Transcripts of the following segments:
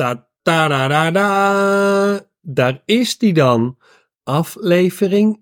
ta ta da da da. Daar is die dan. Aflevering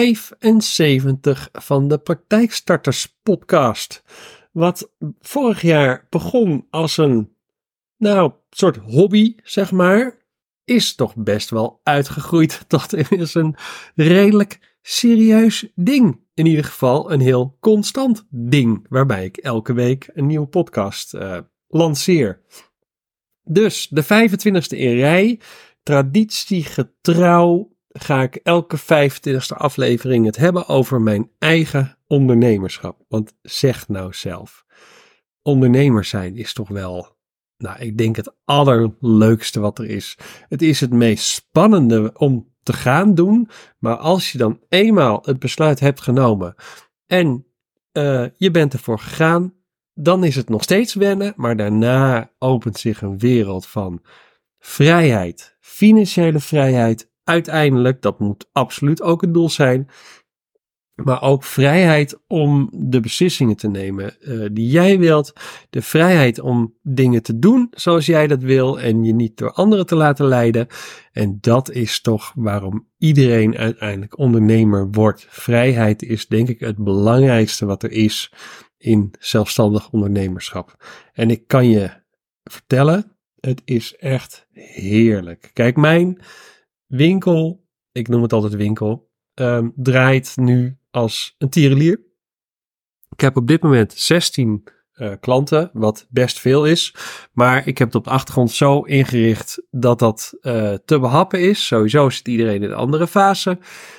75 van de Praktijkstarters podcast. Wat vorig jaar begon als een soort hobby, zeg maar, is toch best wel uitgegroeid tot inmiddels een redelijk serieus ding. In ieder geval een heel constant ding, waarbij ik elke week een nieuwe podcast lanceer. Dus de 25e in rij, traditiegetrouw, ga ik elke 25e aflevering het hebben over mijn eigen ondernemerschap. Want zeg nou zelf, ondernemer zijn is toch wel, ik denk het allerleukste wat er is. Het is het meest spannende om te gaan doen, maar als je dan eenmaal het besluit hebt genomen en je bent ervoor gegaan, dan is het nog steeds wennen, maar daarna opent zich een wereld van vrijheid, financiële vrijheid. Uiteindelijk, dat moet absoluut ook het doel zijn, maar ook vrijheid om de beslissingen te nemen die jij wilt. De vrijheid om dingen te doen zoals jij dat wil en je niet door anderen te laten leiden. En dat is toch waarom iedereen uiteindelijk ondernemer wordt. Vrijheid is denk ik het belangrijkste wat er is in zelfstandig ondernemerschap. En ik kan je vertellen, het is echt heerlijk. Kijk, mijn winkel, ik noem het altijd winkel, draait nu als een tierenlier. Ik heb op dit moment 16 klanten, wat best veel is. Maar ik heb het op de achtergrond zo ingericht dat dat te behappen is. Sowieso zit iedereen in een andere fase.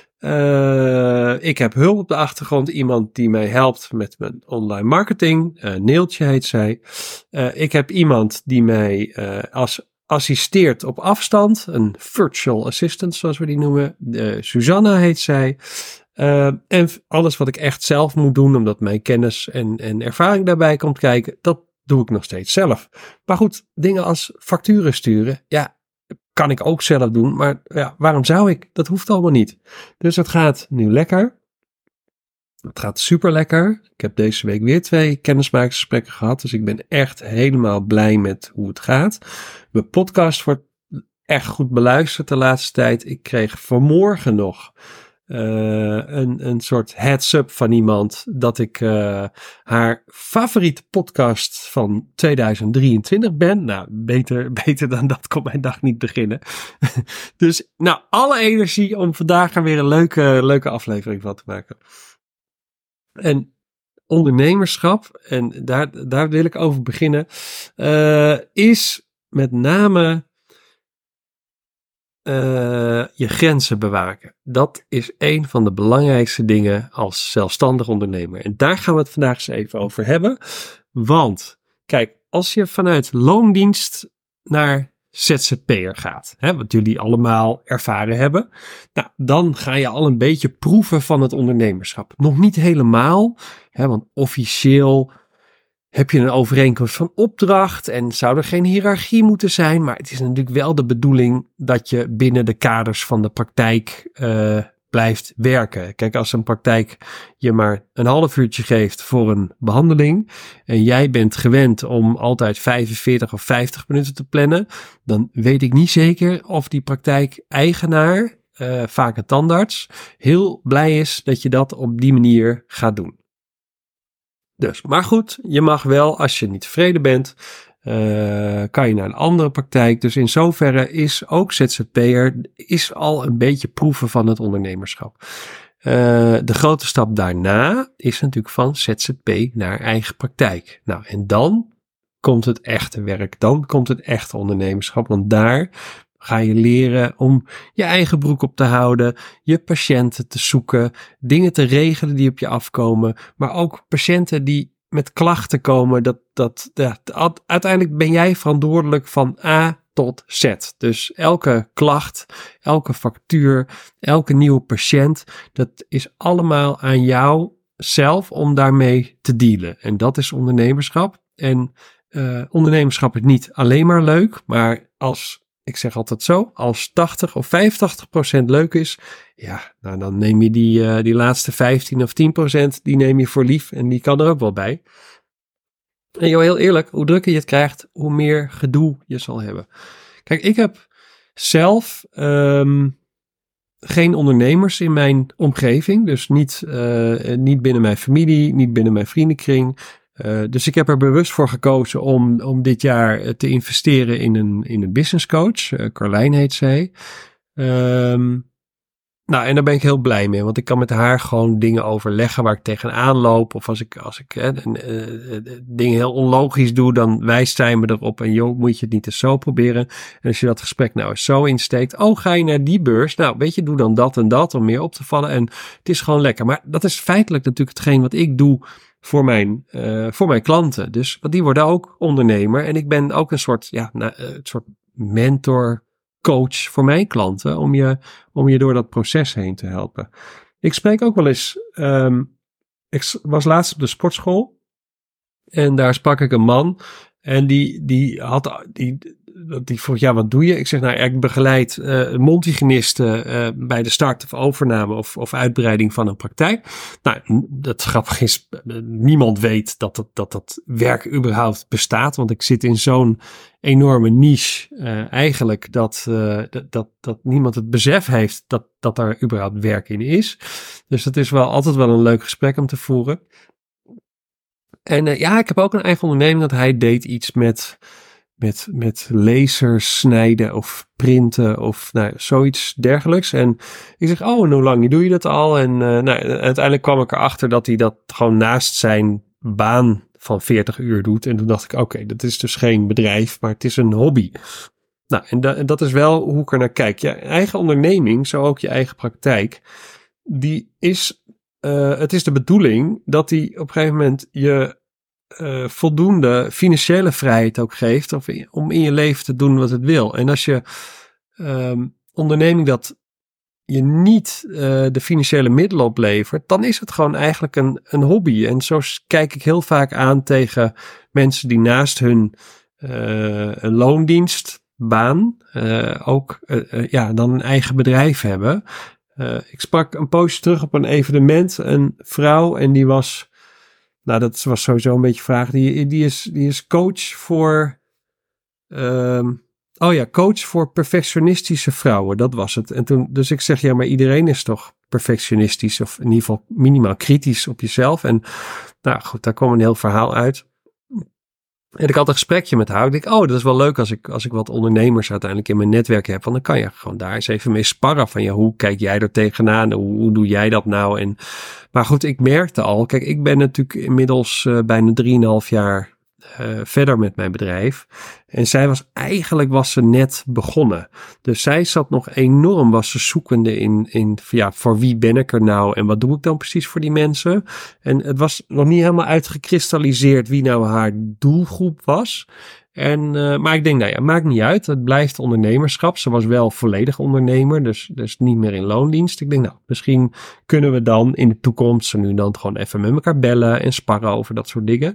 Ik heb hulp op de achtergrond. Iemand die mij helpt met mijn online marketing. Neeltje heet zij. Ik heb iemand die mij assisteert op afstand. Een virtual assistant zoals we die noemen. Susanna heet zij. En alles wat ik echt zelf moet doen, omdat mijn kennis en ervaring daarbij komt kijken, dat doe ik nog steeds zelf. Maar goed, dingen als facturen sturen, kan ik ook zelf doen. Maar waarom zou ik? Dat hoeft allemaal niet. Dus het gaat nu lekker. Het gaat super lekker. Ik heb deze week weer 2 kennismakingsgesprekken gehad. Dus ik ben echt helemaal blij met hoe het gaat. Mijn podcast wordt echt goed beluisterd de laatste tijd. Ik kreeg vanmorgen nog een soort heads-up van iemand dat ik haar favoriete podcast van 2023 ben. Nou, beter dan dat kon mijn dag niet beginnen. Dus alle energie om vandaag er weer een leuke aflevering van te maken. En ondernemerschap, en daar wil ik over beginnen, is met name je grenzen bewaken. Dat is een van de belangrijkste dingen als zelfstandig ondernemer. En daar gaan we het vandaag eens even over hebben. Want, kijk, als je vanuit loondienst naar ZZP'er gaat, wat jullie allemaal ervaren hebben, dan ga je al een beetje proeven van het ondernemerschap. Nog niet helemaal, want officieel heb je een overeenkomst van opdracht en zou er geen hiërarchie moeten zijn, maar het is natuurlijk wel de bedoeling dat je binnen de kaders van de praktijk blijft werken. Kijk, als een praktijk je maar een half uurtje geeft voor een behandeling en jij bent gewend om altijd 45 of 50 minuten te plannen, dan weet ik niet zeker of die praktijk-eigenaar, vaak een tandarts, heel blij is dat je dat op die manier gaat doen. Dus, maar goed, je mag wel, als je niet tevreden bent, kan je naar een andere praktijk. Dus in zoverre is ook ZZP'er is al een beetje proeven van het ondernemerschap. De grote stap daarna is natuurlijk van ZZP naar eigen praktijk. Nou, en dan komt het echte werk, dan komt het echte ondernemerschap, want daar ga je leren om je eigen broek op te houden, je patiënten te zoeken, dingen te regelen die op je afkomen, maar ook patiënten die met klachten komen. Uiteindelijk ben jij verantwoordelijk van A tot Z. Dus elke klacht, elke factuur, elke nieuwe patiënt, dat is allemaal aan jou zelf om daarmee te dealen. En dat is ondernemerschap. En ondernemerschap is niet alleen maar leuk, maar ik zeg altijd zo, als 80 of 85% leuk is, dan neem je die laatste 15 of 10%, die neem je voor lief en die kan er ook wel bij. En joh, heel eerlijk, hoe drukker je het krijgt, hoe meer gedoe je zal hebben. Kijk, ik heb zelf geen ondernemers in mijn omgeving. Dus niet binnen mijn familie, niet binnen mijn vriendenkring. Dus ik heb er bewust voor gekozen om dit jaar te investeren in een business coach. Carlijn heet zij. Nou, en daar ben ik heel blij mee, want ik kan met haar gewoon dingen overleggen waar ik tegenaan loop. Of als ik dingen heel onlogisch doe, dan wijst zij me erop. En joh, moet je het niet eens zo proberen. En als je dat gesprek nou eens zo insteekt. Oh, ga je naar die beurs? Nou, weet je, doe dan dat en dat om meer op te vallen. En het is gewoon lekker. Maar dat is feitelijk natuurlijk hetgeen wat ik doe voor mijn klanten. Dus want die worden ook ondernemer. En ik ben ook een soort mentor, coach voor mijn klanten om je door dat proces heen te helpen. Ik spreek ook wel eens, ik was laatst op de sportschool en daar sprak ik een man en die vroeg, ja, wat doe je? Ik zeg, nou, ik begeleid mondhygiënisten bij de start of overname of uitbreiding van een praktijk. Nou, dat grappig is, niemand weet dat werk überhaupt bestaat, want ik zit in zo'n enorme niche eigenlijk dat niemand het besef heeft dat daar überhaupt werk in is. Dus dat is wel altijd wel een leuk gesprek om te voeren. En ik heb ook een eigen onderneming dat hij deed iets met lasers snijden of printen of zoiets dergelijks. En ik zeg, oh, en hoe lang doe je dat al? En uiteindelijk kwam ik erachter dat hij dat gewoon naast zijn baan van 40 uur doet. En toen dacht ik, oké, dat is dus geen bedrijf, maar het is een hobby. Nou, en dat is wel hoe ik er naar kijk. Je eigen onderneming, zo ook je eigen praktijk, het is de bedoeling dat die op een gegeven moment je voldoende financiële vrijheid ook geeft om in je leven te doen wat het wil. En als je onderneming dat je niet de financiële middelen oplevert, dan is het gewoon eigenlijk een hobby. En zo kijk ik heel vaak aan tegen mensen die naast hun een loondienstbaan dan een eigen bedrijf hebben. Ik sprak een poosje terug op een evenement, een vrouw, en die was, nou, dat was sowieso een beetje vraag. Die is coach voor, coach voor perfectionistische vrouwen. Dat was het. En toen, dus ik zeg, ja, maar iedereen is toch perfectionistisch, of in ieder geval minimaal kritisch op jezelf. En nou goed, daar kwam een heel verhaal uit. En ik had een gesprekje met haar. Ik denk, oh, dat is wel leuk als ik wat ondernemers uiteindelijk in mijn netwerk heb. Want dan kan je gewoon daar eens even mee sparren van, ja, hoe kijk jij er tegenaan? Hoe doe jij dat nou? Maar goed, ik merkte al, kijk, ik ben natuurlijk inmiddels bijna 3,5 jaar verder met mijn bedrijf. En zij was ze net begonnen. Dus zij zat nog enorm, was ze zoekende in voor wie ben ik er nou en wat doe ik dan precies voor die mensen? En het was nog niet helemaal uitgekristalliseerd wie nou haar doelgroep was. Maar ik denk, maakt niet uit. Het blijft ondernemerschap. Ze was wel volledig ondernemer, dus niet meer in loondienst. Ik denk, misschien kunnen we dan in de toekomst zo nu en dan gewoon even met elkaar bellen en sparren over dat soort dingen.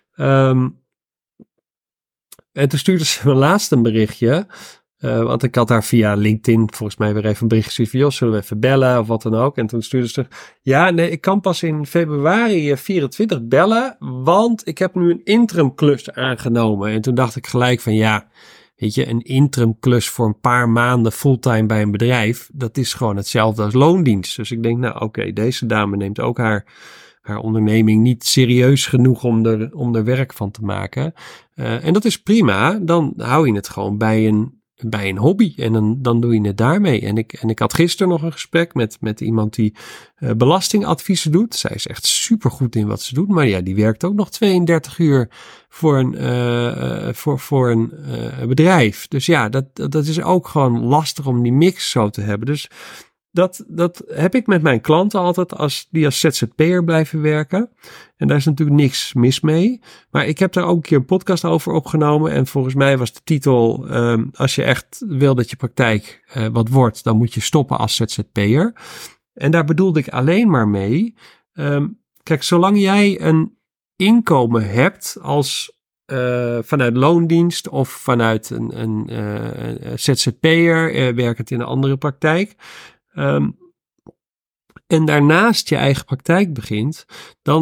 En toen stuurde ze me laatst een berichtje. Want ik had haar via LinkedIn volgens mij weer even een berichtje gestuurd van, joh, zullen we even bellen of wat dan ook. En toen stuurde ze, ik kan pas in februari 24 bellen, want ik heb nu een interim klus aangenomen. En toen dacht ik gelijk van, weet je, een interim klus voor een paar maanden fulltime bij een bedrijf, dat is gewoon hetzelfde als loondienst. Dus ik denk, oké, deze dame neemt ook haar onderneming niet serieus genoeg om er werk van te maken. En dat is prima. Dan hou je het gewoon bij een hobby en dan doe je het daarmee. En ik had gisteren nog een gesprek met iemand die belastingadviezen doet. Zij is echt supergoed in wat ze doet, maar die werkt ook nog 32 uur voor een bedrijf. Dus dat is ook gewoon lastig om die mix zo te hebben. Dus dat heb ik met mijn klanten altijd als ZZP'er blijven werken. En daar is natuurlijk niks mis mee. Maar ik heb daar ook een keer een podcast over opgenomen. En volgens mij was de titel, als je echt wil dat je praktijk wat wordt, dan moet je stoppen als ZZP'er. En daar bedoelde ik alleen maar mee. Kijk, zolang jij een inkomen hebt als vanuit loondienst of vanuit een ZZP'er, werkend in een andere praktijk, en daarnaast je eigen praktijk begint, dan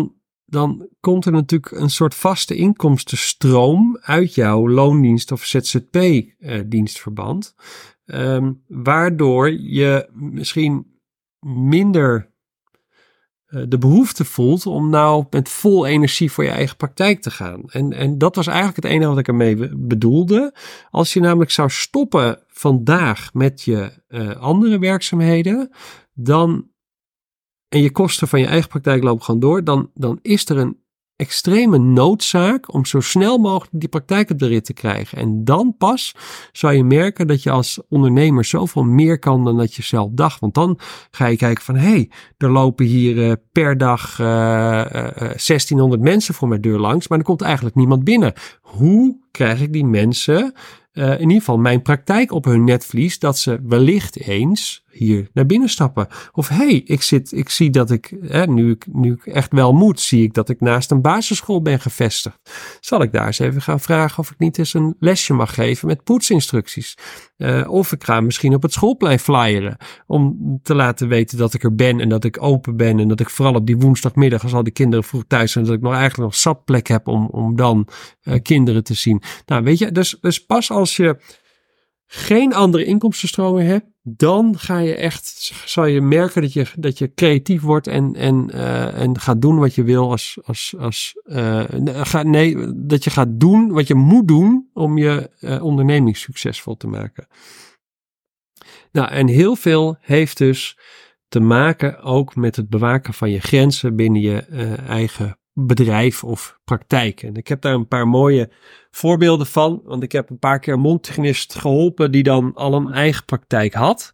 dan komt er natuurlijk een soort vaste inkomstenstroom uit jouw loondienst of ZZP-dienstverband. Waardoor je misschien minder de behoefte voelt om nou met vol energie voor je eigen praktijk te gaan. En dat was eigenlijk het enige wat ik ermee bedoelde. Als je namelijk zou stoppen vandaag met je andere werkzaamheden, en je kosten van je eigen praktijk lopen gewoon door, dan is er een extreme noodzaak om zo snel mogelijk die praktijk op de rit te krijgen. En dan pas zou je merken dat je als ondernemer zoveel meer kan dan dat je zelf dacht. Want dan ga je kijken van, er lopen hier per dag 1600 mensen voor mijn deur langs, maar er komt eigenlijk niemand binnen. Hoe krijg ik die mensen in ieder geval mijn praktijk op hun netvlies, dat ze wellicht eens hier naar binnen stappen. Of ik zie dat ik, nu ik echt wel moet, zie ik dat ik naast een basisschool ben gevestigd. Zal ik daar eens even gaan vragen of ik niet eens een lesje mag geven met poetsinstructies. Of ik ga misschien op het schoolplein flyeren om te laten weten dat ik er ben en dat ik open ben en dat ik vooral op die woensdagmiddag, als al die kinderen vroeg thuis zijn, dat ik eigenlijk nog zatplek heb om dan kinderen te zien. Nou, weet je, dus pas als je geen andere inkomstenstromen hebt, dan zal je merken dat je creatief wordt en gaat doen wat je wil dat je gaat doen wat je moet doen om je onderneming succesvol te maken. Nou, en heel veel heeft dus te maken ook met het bewaken van je grenzen binnen je eigen bedrijf of praktijk. En ik heb daar een paar mooie voorbeelden van, want ik heb een paar keer een mondhygiënist geholpen die dan al een eigen praktijk had.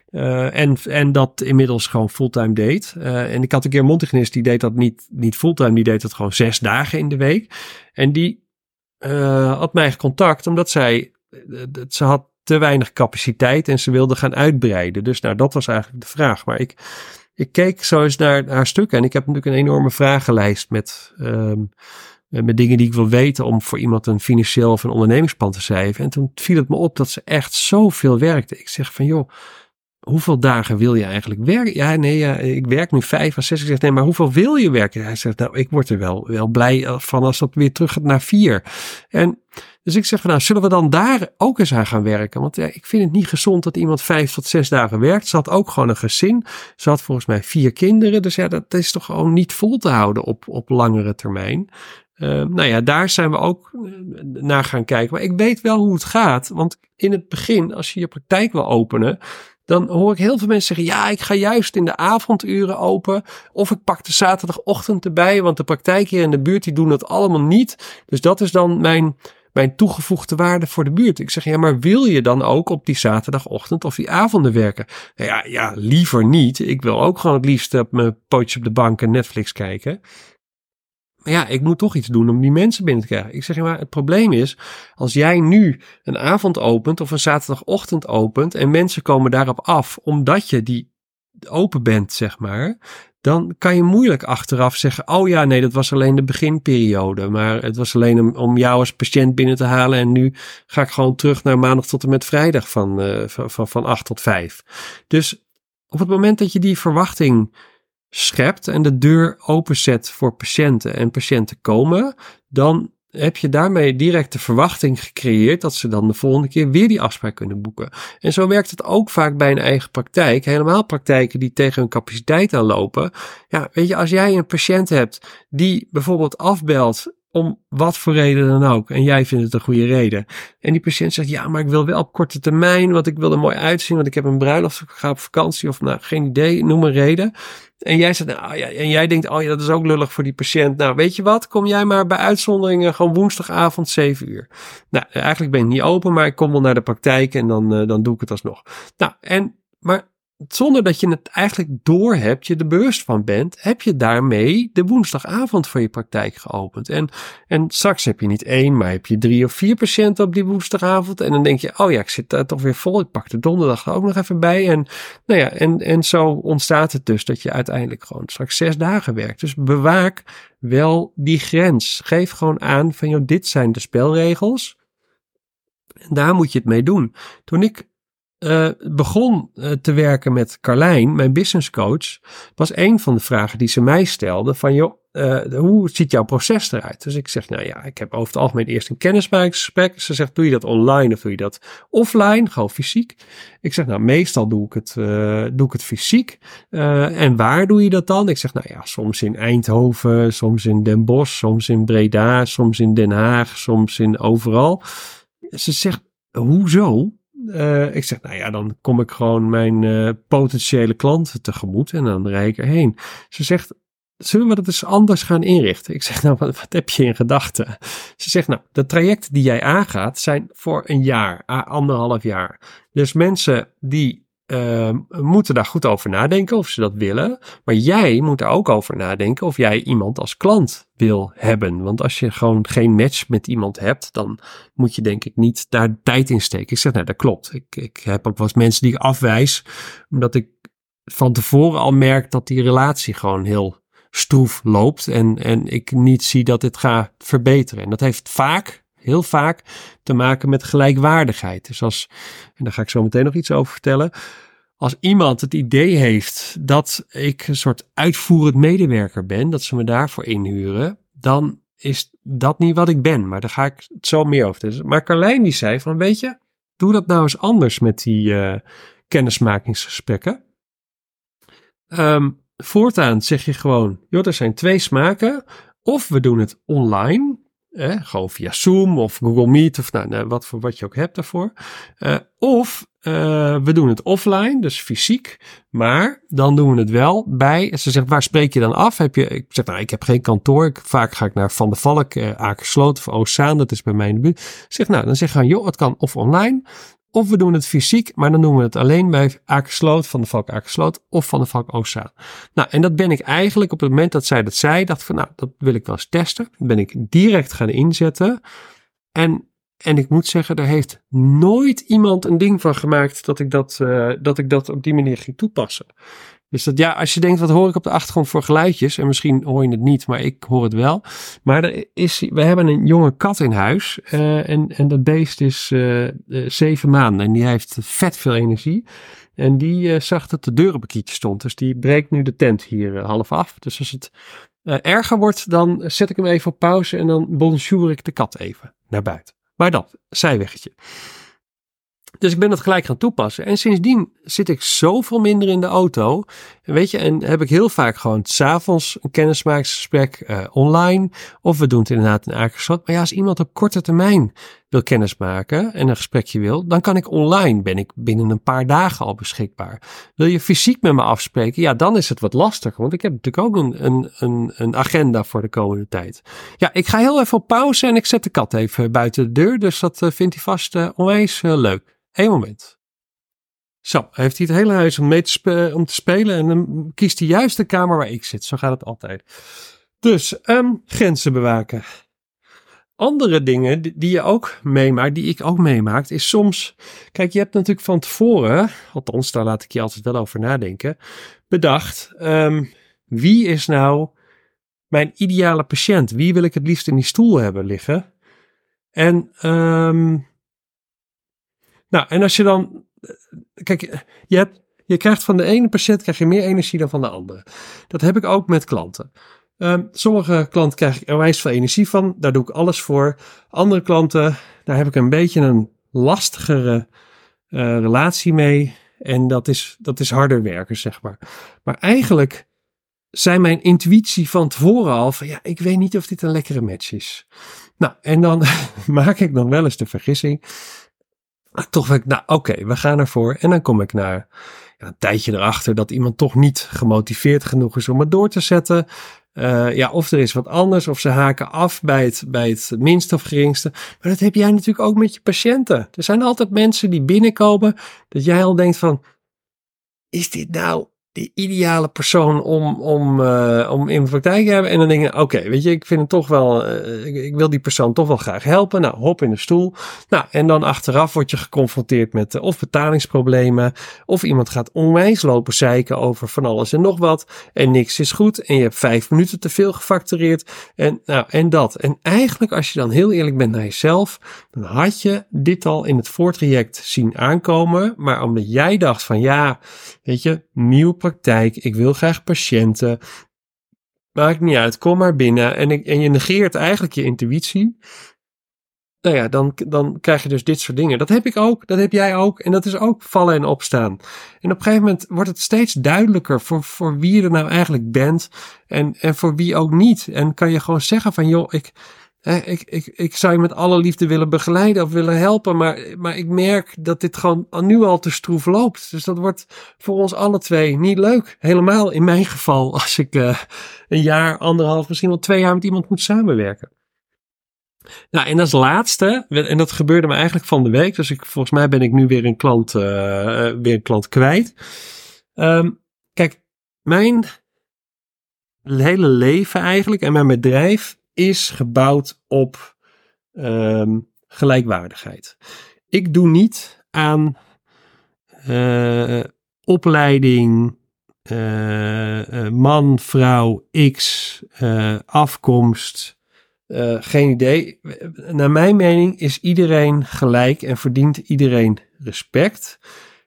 En dat inmiddels gewoon fulltime deed. En ik had een keer een mondhygiënist die deed dat niet fulltime, die deed dat gewoon 6 dagen in de week. En die had mij gecontact omdat ze had te weinig capaciteit en ze wilde gaan uitbreiden. Dus nou, dat was eigenlijk de vraag. Maar ik keek zo eens naar haar stukken en ik heb natuurlijk een enorme vragenlijst met dingen die ik wil weten om voor iemand een financieel of een ondernemingsplan te schrijven. En toen viel het me op dat ze echt zoveel werkte. Ik zeg van, joh, hoeveel dagen wil je eigenlijk werken? Ik werk nu 5 à 6. Ik zeg, nee, maar hoeveel wil je werken? Hij zegt, nou, ik word er wel blij van als dat weer terug gaat naar 4. En dus ik zeg van, nou, zullen we dan daar ook eens aan gaan werken? Want ik vind het niet gezond dat iemand 5 tot 6 dagen werkt. Ze had ook gewoon een gezin. Ze had volgens mij 4 kinderen. Dus ja, dat is toch gewoon niet vol te houden op langere termijn. Daar zijn we ook naar gaan kijken. Maar ik weet wel hoe het gaat. Want in het begin, als je je praktijk wil openen, dan hoor ik heel veel mensen zeggen, ja, ik ga juist in de avonduren open. Of ik pak de zaterdagochtend erbij. Want de praktijk hier in de buurt, die doen dat allemaal niet. Dus dat is dan mijn toegevoegde waarde voor de buurt. Ik zeg, ja, maar wil je dan ook op die zaterdagochtend of die avonden werken? Ja, liever niet. Ik wil ook gewoon het liefst op mijn pootje op de bank en Netflix kijken. Maar ja, ik moet toch iets doen om die mensen binnen te krijgen. Ik zeg, ja, maar het probleem is, als jij nu een avond opent of een zaterdagochtend opent en mensen komen daarop af, omdat je die open bent, zeg maar, dan kan je moeilijk achteraf zeggen, oh ja, nee, dat was alleen de beginperiode. Maar het was alleen om jou als patiënt binnen te halen en nu ga ik gewoon terug naar maandag tot en met vrijdag van 8 tot 5. Dus op het moment dat je die verwachting schept en de deur openzet voor patiënten en patiënten komen, dan heb je daarmee direct de verwachting gecreëerd dat ze dan de volgende keer weer die afspraak kunnen boeken. En zo werkt het ook vaak bij een eigen praktijk. Helemaal praktijken die tegen hun capaciteit aanlopen. Ja, weet je, als jij een patiënt hebt die bijvoorbeeld afbelt om wat voor reden dan ook, en jij vindt het een goede reden, en die patiënt zegt, ja, maar ik wil wel op korte termijn, want ik wil er mooi uitzien, want ik heb een bruiloft, ik ga op vakantie, of nou, geen idee, noem een reden. En jij zegt, nou ja, en jij denkt, oh ja, dat is ook lullig voor die patiënt. Nou, weet je wat, kom jij maar bij uitzonderingen gewoon woensdagavond 7 uur. Nou, eigenlijk ben ik niet open, maar ik kom wel naar de praktijk en dan doe ik het alsnog. Nou, maar zonder dat je het eigenlijk doorhebt, je er bewust van bent, heb je daarmee de woensdagavond voor je praktijk geopend. En straks heb je niet 1, maar heb je 3 of 4 patiënten op die woensdagavond. En dan denk je, oh ja, ik zit daar toch weer vol. Ik pak de donderdag er ook nog even bij. En nou ja, en zo ontstaat het dus dat je uiteindelijk gewoon straks 6 dagen werkt. Dus bewaak wel die grens. Geef gewoon aan van, joh, dit zijn de spelregels. En daar moet je het mee doen. Toen ik begon te werken met Carlijn, mijn business coach, was een van de vragen die ze mij stelde van joh, hoe ziet jouw proces eruit? Dus ik zeg, nou ja, ik heb over het algemeen eerst een kennismakingsgesprek. Ze zegt, doe je dat online of doe je dat offline? Gewoon fysiek. Ik zeg, nou, meestal doe ik het fysiek. En waar doe je dat dan? Ik zeg, nou ja, soms in Eindhoven, soms in Den Bosch, soms in Breda, soms in Den Haag, soms in overal. Ze zegt, hoezo? Ik zeg, nou ja, dan kom ik gewoon mijn potentiële klanten tegemoet en dan rijd ik erheen. Ze zegt, zullen we dat eens anders gaan inrichten? Ik zeg, nou, wat heb je in gedachten? Ze zegt, nou, de trajecten die jij aangaat zijn voor een jaar, 1,5 jaar. Dus mensen die moeten daar goed over nadenken of ze dat willen. Maar jij moet er ook over nadenken of jij iemand als klant wil hebben. Want als je gewoon geen match met iemand hebt, dan moet je denk ik niet daar tijd in steken. Ik zeg, nou, dat klopt. Ik heb ook wel eens mensen die ik afwijs, omdat ik van tevoren al merk dat die relatie gewoon heel stroef loopt en ik niet zie dat dit gaat verbeteren. En dat heeft heel vaak te maken met gelijkwaardigheid. Dus en daar ga ik zo meteen nog iets over vertellen. Als iemand het idee heeft dat ik een soort uitvoerend medewerker ben, dat ze me daarvoor inhuren, dan is dat niet wat ik ben. Maar daar ga ik het zo meer over vertellen. Maar Carlijn die zei van, weet je, doe dat nou eens anders met die kennismakingsgesprekken. Voortaan zeg je gewoon, joh, er zijn 2 smaken. Of we doen het online, gewoon via Zoom of Google Meet of wat je ook hebt daarvoor. Of we doen het offline, dus fysiek. Maar dan doen we het wel bij. Ze zegt, waar spreek je dan af? Ik zeg, nou, ik heb geen kantoor. Vaak ga ik naar Van der Valk, Akersloot of Oostzaan. Dat is bij mij in de buurt. Zeg, nou, dan zeg je, joh, het kan of online. Of we doen het fysiek, maar dan doen we het alleen bij Akersloot, Van der Valk Akersloot of Van der Valk Oostzaan. Nou, en dat ben ik eigenlijk op het moment dat zij dat zei, dacht van, nou, dat wil ik wel eens testen. Dat ben ik direct gaan inzetten. En ik moet zeggen, daar heeft nooit iemand een ding van gemaakt dat ik dat op die manier ging toepassen. Dus dat, ja, als je denkt, wat hoor ik op de achtergrond voor geluidjes? En misschien hoor je het niet, maar ik hoor het wel. Maar we hebben een jonge kat in huis. En dat beest is 7 maanden. En die heeft vet veel energie. En die zag dat de deur op een kietje stond. Dus die breekt nu de tent hier half af. Dus als het erger wordt, dan zet ik hem even op pauze. En dan bonjour ik de kat even naar buiten. Maar dat, zijweggetje. Dus ik ben dat gelijk gaan toepassen. En sindsdien zit ik zoveel minder in de auto. Weet je, en heb ik heel vaak gewoon 's avonds een kennismakingsgesprek online. Of we doen het inderdaad in Akersloot. Maar ja, als iemand op korte termijn wil kennismaken en een gesprekje wil, dan kan ik online. Ben ik binnen een paar dagen al beschikbaar. Wil je fysiek met me afspreken? Ja, dan is het wat lastiger. Want ik heb natuurlijk ook een agenda voor de komende tijd. Ja, ik ga heel even op pauze en ik zet de kat even buiten de deur. Dus dat vindt hij vast onwijs leuk. 1 moment. Zo, heeft hij het hele huis om te spelen en dan kiest hij juist de kamer waar ik zit. Zo gaat het altijd. Dus, grenzen bewaken. Andere dingen die je ook meemaakt, die ik ook meemaak, is soms, kijk, je hebt natuurlijk van tevoren, althans daar laat ik je altijd wel over nadenken, bedacht, wie is nou mijn ideale patiënt? Wie wil ik het liefst in die stoel hebben liggen? En, nou, en als je dan, kijk, je krijgt van de ene patiënt krijg je meer energie dan van de andere. Dat heb ik ook met klanten. Sommige klanten krijg ik er wijs veel energie van, daar doe ik alles voor. Andere klanten, daar heb ik een beetje een lastigere relatie mee. En dat is harder werken, zeg maar. Maar eigenlijk zijn mijn intuïtie van tevoren al van, ja, ik weet niet of dit een lekkere match is. Nou, en dan maak ik nog wel eens de vergissing. Toch denk ik, nou oké, we gaan ervoor. En dan kom ik naar een tijdje erachter dat iemand toch niet gemotiveerd genoeg is om het door te zetten. Of er is wat anders, of ze haken af bij het minste of geringste. Maar dat heb jij natuurlijk ook met je patiënten. Er zijn altijd mensen die binnenkomen dat jij al denkt van, is dit nou de ideale persoon om in mijn praktijk te hebben. En dan denk je, oké, weet je, ik vind het toch wel, ik wil die persoon toch wel graag helpen. Nou, hop in de stoel. Nou, en dan achteraf word je geconfronteerd met of betalingsproblemen, of iemand gaat onwijs lopen zeiken over van alles en nog wat. En niks is goed. En je hebt 5 minuten te veel gefactureerd. En dat. En eigenlijk, als je dan heel eerlijk bent naar jezelf, dan had je dit al in het voortraject zien aankomen. Maar omdat jij dacht van ja, weet je, nieuwe praktijk, ik wil graag patiënten. Maakt niet uit, kom maar binnen. En je negeert eigenlijk je intuïtie. Nou ja, dan krijg je dus dit soort dingen. Dat heb ik ook, dat heb jij ook. En dat is ook vallen en opstaan. En op een gegeven moment wordt het steeds duidelijker voor wie je er nou eigenlijk bent. En voor wie ook niet. En kan je gewoon zeggen van joh, ik zou je met alle liefde willen begeleiden of willen helpen. Maar ik merk dat dit gewoon nu al te stroef loopt. Dus dat wordt voor ons alle twee niet leuk. Helemaal in mijn geval als ik een jaar, 1,5, misschien wel 2 jaar met iemand moet samenwerken. Nou, en als laatste, en dat gebeurde me eigenlijk van de week, dus volgens mij ben ik nu weer een klant kwijt. Kijk, mijn hele leven eigenlijk en mijn bedrijf is gebouwd op gelijkwaardigheid. Ik doe niet aan opleiding, man, vrouw, X, afkomst. Geen idee. Naar mijn mening is iedereen gelijk en verdient iedereen respect.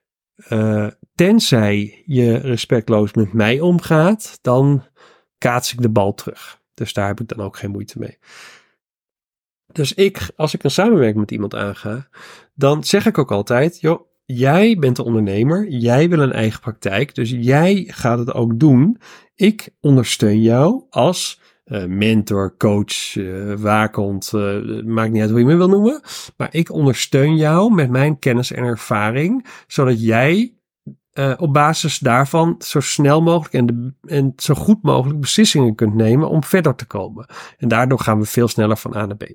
Tenzij je respectloos met mij omgaat, dan kaats ik de bal terug. Dus daar heb ik dan ook geen moeite mee. Dus als ik een samenwerking met iemand aanga, dan zeg ik ook altijd, joh, jij bent de ondernemer, jij wil een eigen praktijk, dus jij gaat het ook doen. Ik ondersteun jou als mentor, coach, waakhond, maakt niet uit hoe je me wil noemen. Maar ik ondersteun jou met mijn kennis en ervaring, zodat jij op basis daarvan zo snel mogelijk en zo goed mogelijk beslissingen kunt nemen om verder te komen. En daardoor gaan we veel sneller van A naar B.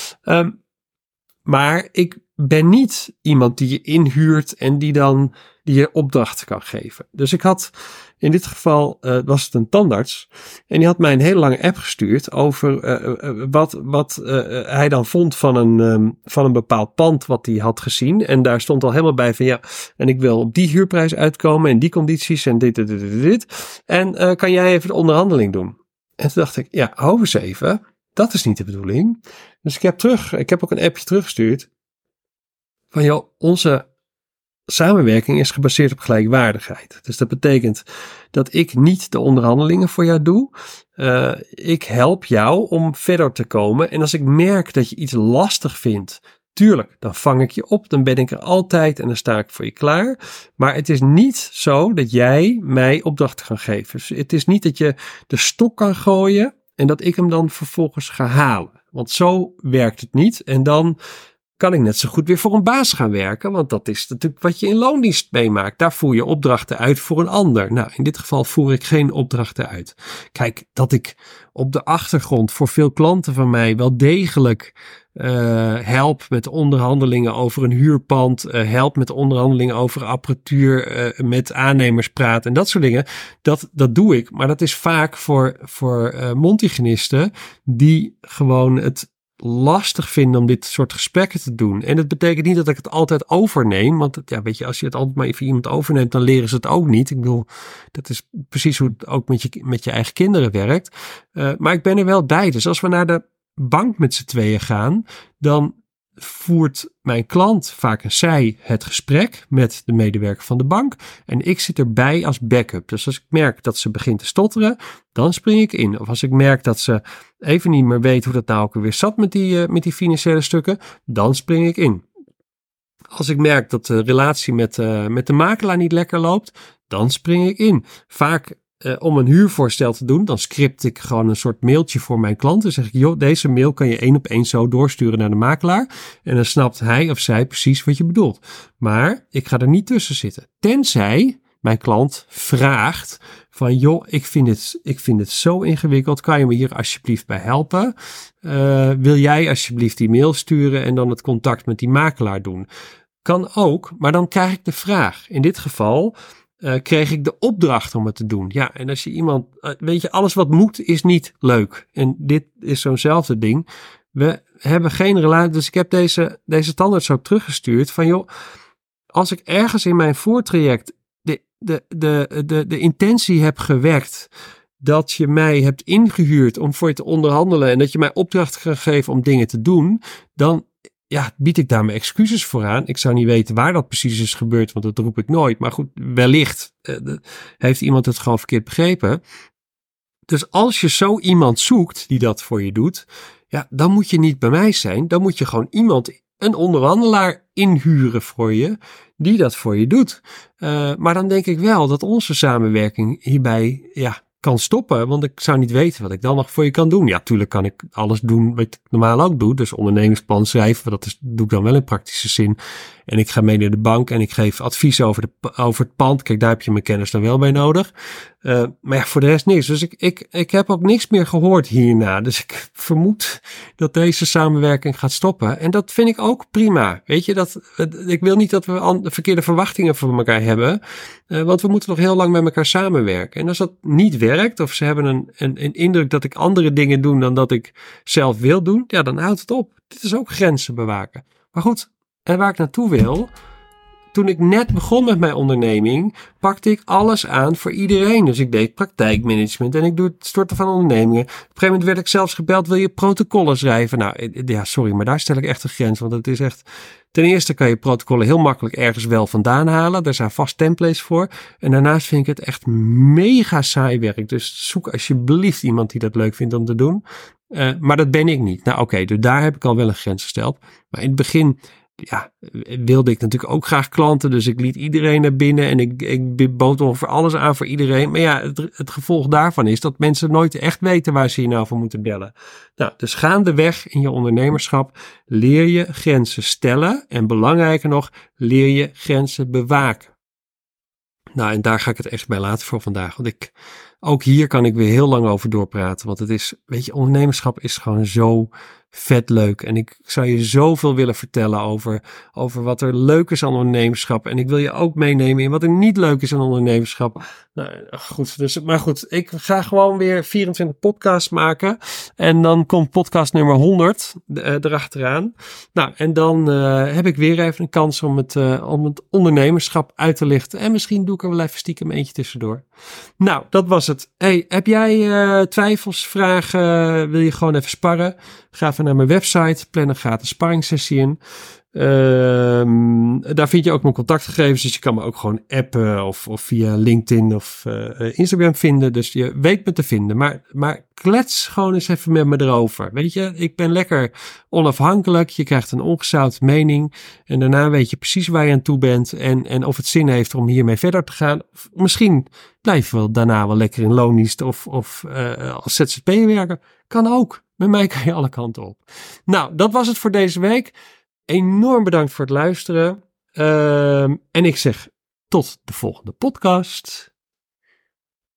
Maar ik ben niet iemand die je inhuurt en die je opdrachten kan geven. Dus ik had in dit geval was het een tandarts en die had mij een hele lange app gestuurd over wat hij dan vond van een bepaald pand wat hij had gezien. En daar stond al helemaal bij van ja, en ik wil op die huurprijs uitkomen en die condities en dit. En kan jij even de onderhandeling doen? En toen dacht ik, ja, hou eens even. Dat is niet de bedoeling. Dus ik heb ook een appje teruggestuurd. Van joh, onze samenwerking is gebaseerd op gelijkwaardigheid. Dus dat betekent dat ik niet de onderhandelingen voor jou doe. Ik help jou om verder te komen. En als ik merk dat je iets lastig vindt, tuurlijk, dan vang ik je op. Dan ben ik er altijd en dan sta ik voor je klaar. Maar het is niet zo dat jij mij opdrachten kan geven. Dus het is niet dat je de stok kan gooien en dat ik hem dan vervolgens ga halen. Want zo werkt het niet. En dan kan ik net zo goed weer voor een baas gaan werken. Want dat is natuurlijk wat je in loondienst meemaakt. Daar voer je opdrachten uit voor een ander. Nou, in dit geval voer ik geen opdrachten uit. Kijk, dat ik op de achtergrond voor veel klanten van mij wel degelijk help met onderhandelingen over een huurpand. Help met onderhandelingen over apparatuur. Met aannemers praten en dat soort dingen. Dat doe ik. Maar dat is vaak voor mondhygiënisten die gewoon het lastig vinden om dit soort gesprekken te doen. En dat betekent niet dat ik het altijd overneem. Want ja, weet je, als je het altijd maar even iemand overneemt, dan leren ze het ook niet. Ik bedoel, dat is precies hoe het ook met je eigen kinderen werkt. Maar ik ben er wel bij. Dus als we naar de bank met z'n tweeën gaan, dan voert mijn klant, vaak een zij, het gesprek met de medewerker van de bank. En ik zit erbij als backup. Dus als ik merk dat ze begint te stotteren, dan spring ik in. Of als ik merk dat ze even niet meer weet hoe dat nou ook weer zat met die financiële stukken, dan spring ik in. Als ik merk dat de relatie met de makelaar niet lekker loopt, dan spring ik in. Vaak om een huurvoorstel te doen, dan script ik gewoon een soort mailtje voor mijn klant. Dan zeg ik, joh, deze mail kan je 1 op 1 zo doorsturen naar de makelaar. En dan snapt hij of zij precies wat je bedoelt. Maar ik ga er niet tussen zitten. Tenzij mijn klant vraagt van, joh, ik vind het zo ingewikkeld. Kan je me hier alsjeblieft bij helpen? Wil jij alsjeblieft die mail sturen en dan het contact met die makelaar doen? Kan ook, maar dan krijg ik de vraag. In dit geval kreeg ik de opdracht om het te doen. Ja, en als je iemand, weet je, alles wat moet is niet leuk. En dit is zo'nzelfde ding. We hebben geen relatie, dus ik heb deze tandarts ook teruggestuurd van joh, als ik ergens in mijn voortraject de intentie heb gewekt dat je mij hebt ingehuurd om voor je te onderhandelen en dat je mij opdracht gaat geven om dingen te doen, dan bied ik daar mijn excuses voor aan. Ik zou niet weten waar dat precies is gebeurd, want dat roep ik nooit. Maar goed, wellicht heeft iemand het gewoon verkeerd begrepen. Dus als je zo iemand zoekt die dat voor je doet, dan moet je niet bij mij zijn. Dan moet je gewoon een onderhandelaar inhuren voor je, die dat voor je doet. Maar dan denk ik wel dat onze samenwerking hierbij kan stoppen, want ik zou niet weten wat ik dan nog voor je kan doen. Ja, tuurlijk kan ik alles doen wat ik normaal ook doe. Dus ondernemingsplan schrijven, doe ik dan wel in praktische zin. En ik ga mee naar de bank en ik geef advies over het pand. Kijk, daar heb je mijn kennis dan wel bij nodig. Maar voor de rest niks. Dus ik heb ook niks meer gehoord hierna. Dus ik vermoed dat deze samenwerking gaat stoppen. En dat vind ik ook prima. Weet je, ik wil niet dat we verkeerde verwachtingen van elkaar hebben. Want we moeten nog heel lang met elkaar samenwerken. En als dat niet werkt, of ze hebben een indruk dat ik andere dingen doe dan dat ik zelf wil doen, dan houdt het op. Dit is ook grenzen bewaken. Maar goed, en waar ik naartoe wil, toen ik net begon met mijn onderneming, pakte ik alles aan voor iedereen. Dus ik deed praktijkmanagement en ik doe het storten van ondernemingen. Op een gegeven moment werd ik zelfs gebeld, wil je protocollen schrijven? Nou, sorry, maar daar stel ik echt een grens. Want het is echt, ten eerste kan je protocollen heel makkelijk ergens wel vandaan halen. Daar zijn vast templates voor. En daarnaast vind ik het echt mega saai werk. Dus zoek alsjeblieft iemand die dat leuk vindt om te doen. Maar dat ben ik niet. Nou oké, dus daar heb ik al wel een grens gesteld. Maar in het begin wilde ik natuurlijk ook graag klanten. Dus ik liet iedereen naar binnen en ik bood ongeveer alles aan voor iedereen. Maar het gevolg daarvan is dat mensen nooit echt weten waar ze je nou voor moeten bellen. Nou, dus gaandeweg in je ondernemerschap leer je grenzen stellen. En belangrijker nog, leer je grenzen bewaken. Nou, en daar ga ik het echt bij laten voor vandaag. Want ook hier kan ik weer heel lang over doorpraten. Want het is, weet je, ondernemerschap is gewoon zo vet leuk. En ik zou je zoveel willen vertellen over wat er leuk is aan ondernemerschap. En ik wil je ook meenemen in wat er niet leuk is aan ondernemerschap. Nou, goed, maar goed, ik ga gewoon weer 24 podcasts maken. En dan komt podcast nummer 100 erachteraan. Nou, en dan heb ik weer even een kans om het ondernemerschap uit te lichten. En misschien doe ik er wel even stiekem eentje tussendoor. Nou, dat was het. Hey, heb jij twijfels, vragen? Wil je gewoon even sparren? Ga even naar mijn website, plan een gratis sparringssessie in. Daar vind je ook mijn contactgegevens, dus je kan me ook gewoon appen of via LinkedIn of Instagram vinden. Dus je weet me te vinden. Maar klets gewoon eens even met me erover. Weet je, ik ben lekker onafhankelijk. Je krijgt een ongezouten mening. En daarna weet je precies waar je aan toe bent. En of het zin heeft om hiermee verder te gaan. Of misschien blijven we daarna wel lekker in loondienst of als ZZP werken. Kan ook. Met mij kan je alle kanten op. Nou, dat was het voor deze week. Enorm bedankt voor het luisteren. En ik zeg tot de volgende podcast.